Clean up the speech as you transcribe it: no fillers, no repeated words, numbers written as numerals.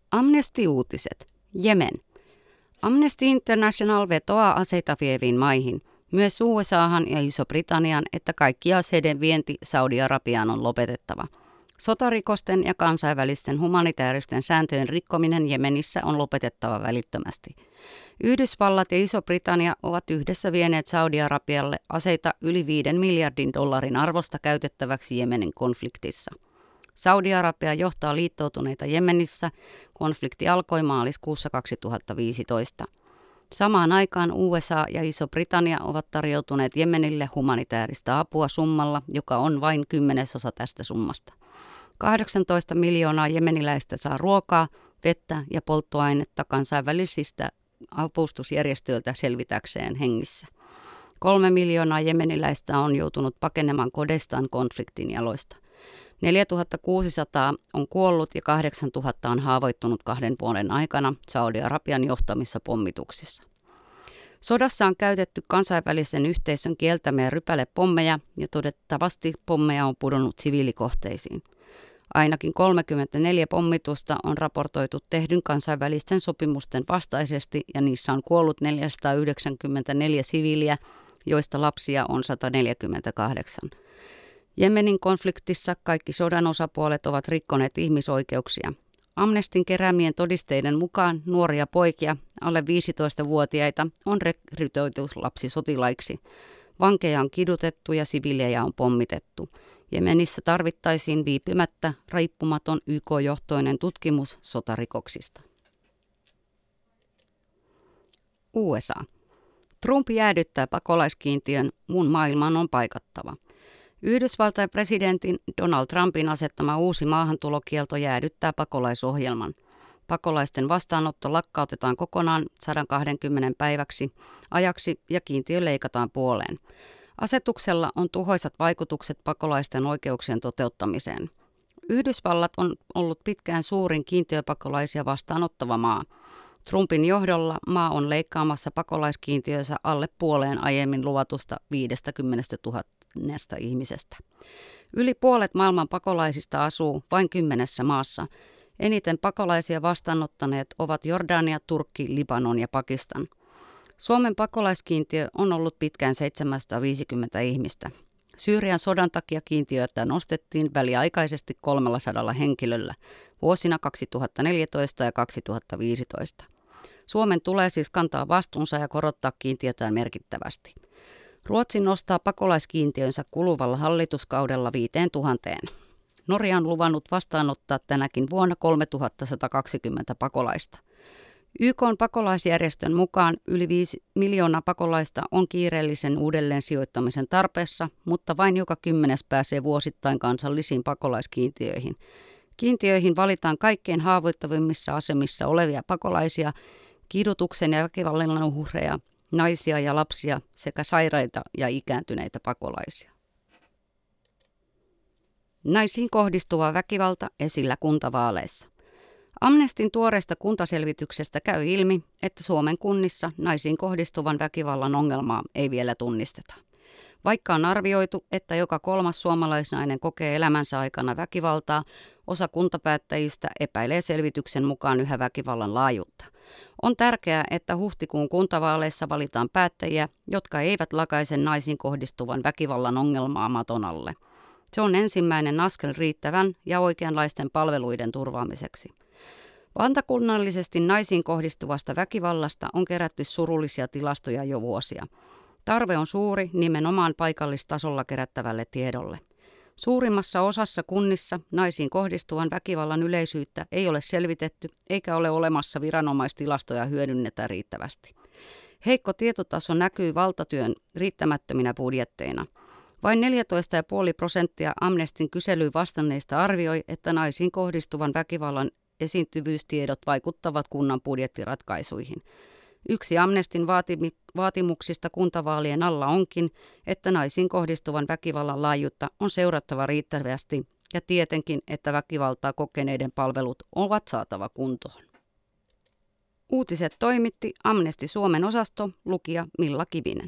Amnesty-uutiset. Jemen. Amnesty International vetoaa aseita vieviin maihin, myös USAhan ja Iso-Britannian, että kaikki aseiden vienti Saudi-Arabiaan on lopetettava. Sotarikosten ja kansainvälisten humanitaaristen sääntöjen rikkominen Jemenissä on lopetettava välittömästi. Yhdysvallat ja Iso-Britannia ovat yhdessä vieneet Saudi-Arabialle aseita yli 5 miljardin dollarin arvosta käytettäväksi Jemenin konfliktissa. Saudi-Arabia johtaa liittoutuneita Jemenissä. Konflikti alkoi maaliskuussa 2015. Samaan aikaan USA ja Iso-Britannia ovat tarjoutuneet Jemenille humanitaarista apua summalla, joka on vain 10% tästä summasta. 18 miljoonaa jemeniläistä saa ruokaa, vettä ja polttoainetta kansainvälisistä avustusjärjestöiltä selvitäkseen hengissä. 3 miljoonaa jemeniläistä on joutunut pakenemaan kodestaan konfliktin jaloista. 4600 on kuollut ja 8000 on haavoittunut 2 vuoden aikana Saudi-Arabian johtamissa pommituksissa. Sodassa on käytetty kansainvälisen yhteisön kieltämiä rypälepommeja ja todettavasti pommeja on pudonnut siviilikohteisiin. Ainakin 34 pommitusta on raportoitu tehdyn kansainvälisten sopimusten vastaisesti ja niissä on kuollut 494 siviiliä, joista lapsia on 148. Jemenin konfliktissa kaikki sodan osapuolet ovat rikkoneet ihmisoikeuksia. Amnestin keräämien todisteiden mukaan nuoria poikia, alle 15-vuotiaita, on rekrytoitu lapsisotilaiksi. Vankeja on kidutettu ja siviilejä on pommitettu. Jemenissä tarvittaisiin viipymättä riippumaton YK-johtoinen tutkimus sotarikoksista. USA. Trump jäädyttää pakolaiskiintiön, muun maailman on paikattava. Yhdysvaltain presidentin Donald Trumpin asettama uusi maahantulokielto jäädyttää pakolaisohjelman. Pakolaisten vastaanotto lakkautetaan kokonaan 120 päiväksi ajaksi ja kiintiö leikataan puoleen. Asetuksella on tuhoisat vaikutukset pakolaisten oikeuksien toteuttamiseen. Yhdysvallat on ollut pitkään suurin kiintiöpakolaisia vastaanottava maa. Trumpin johdolla maa on leikkaamassa pakolaiskiintiönsä alle puoleen aiemmin luvatusta 50 000 ihmisestä. Yli puolet maailman pakolaisista asuu vain 10 maassa. Eniten pakolaisia vastaanottaneet ovat Jordania, Turkki, Libanon ja Pakistan. Suomen pakolaiskiintiö on ollut pitkään 750 ihmistä. Syyrian sodan takia kiintiötä nostettiin väliaikaisesti 300 henkilöllä vuosina 2014 ja 2015. Suomen tulee siis kantaa vastuunsa ja korottaa kiintiötään merkittävästi. Ruotsi nostaa pakolaiskiintiönsä kuluvalla hallituskaudella 5000. Norja on luvannut vastaanottaa tänäkin vuonna 3120 pakolaista. YK:n pakolaisjärjestön mukaan yli 5 miljoonaa pakolaista on kiireellisen uudelleen sijoittamisen tarpeessa, mutta vain joka 10 pääsee vuosittain kansallisiin pakolaiskiintiöihin. Kiintiöihin valitaan kaikkein haavoittuvimmissa asemissa olevia pakolaisia, kidutuksen ja väkivallan uhreja, naisia ja lapsia sekä sairaita ja ikääntyneitä pakolaisia. Naisiin kohdistuva väkivalta esillä kuntavaaleissa. Amnestin tuoreesta kuntaselvityksestä käy ilmi, että Suomen kunnissa naisiin kohdistuvan väkivallan ongelmaa ei vielä tunnisteta. Vaikka on arvioitu, että joka 3. suomalaisnainen kokee elämänsä aikana väkivaltaa, osa kuntapäättäjistä epäilee selvityksen mukaan yhä väkivallan laajuutta. On tärkeää, että huhtikuun kuntavaaleissa valitaan päättäjiä, jotka eivät lakaise naisiin kohdistuvan väkivallan ongelmaa maton alle. Se on ensimmäinen askel riittävän ja oikeanlaisten palveluiden turvaamiseksi. Valtakunnallisesti naisiin kohdistuvasta väkivallasta on kerätty surullisia tilastoja jo vuosia. Tarve on suuri nimenomaan paikallistasolla kerättävälle tiedolle. Suurimmassa osassa kunnissa naisiin kohdistuvan väkivallan yleisyyttä ei ole selvitetty eikä ole olemassa viranomaistilastoja hyödynnetä riittävästi. Heikko tietotaso näkyy valtatyön riittämättöminä budjetteina. Vain 14,5% Amnestin kyselyyn vastanneista arvioi, että naisiin kohdistuvan väkivallan esiintyvyystiedot vaikuttavat kunnan budjettiratkaisuihin. Yksi Amnestin vaatimuksista kuntavaalien alla onkin, että naisiin kohdistuvan väkivallan laajuutta on seurattava riittävästi ja tietenkin, että väkivaltaa kokeneiden palvelut ovat saatava kuntoon. Uutiset toimitti Amnesty Suomen osasto, lukija Milla Kivinen.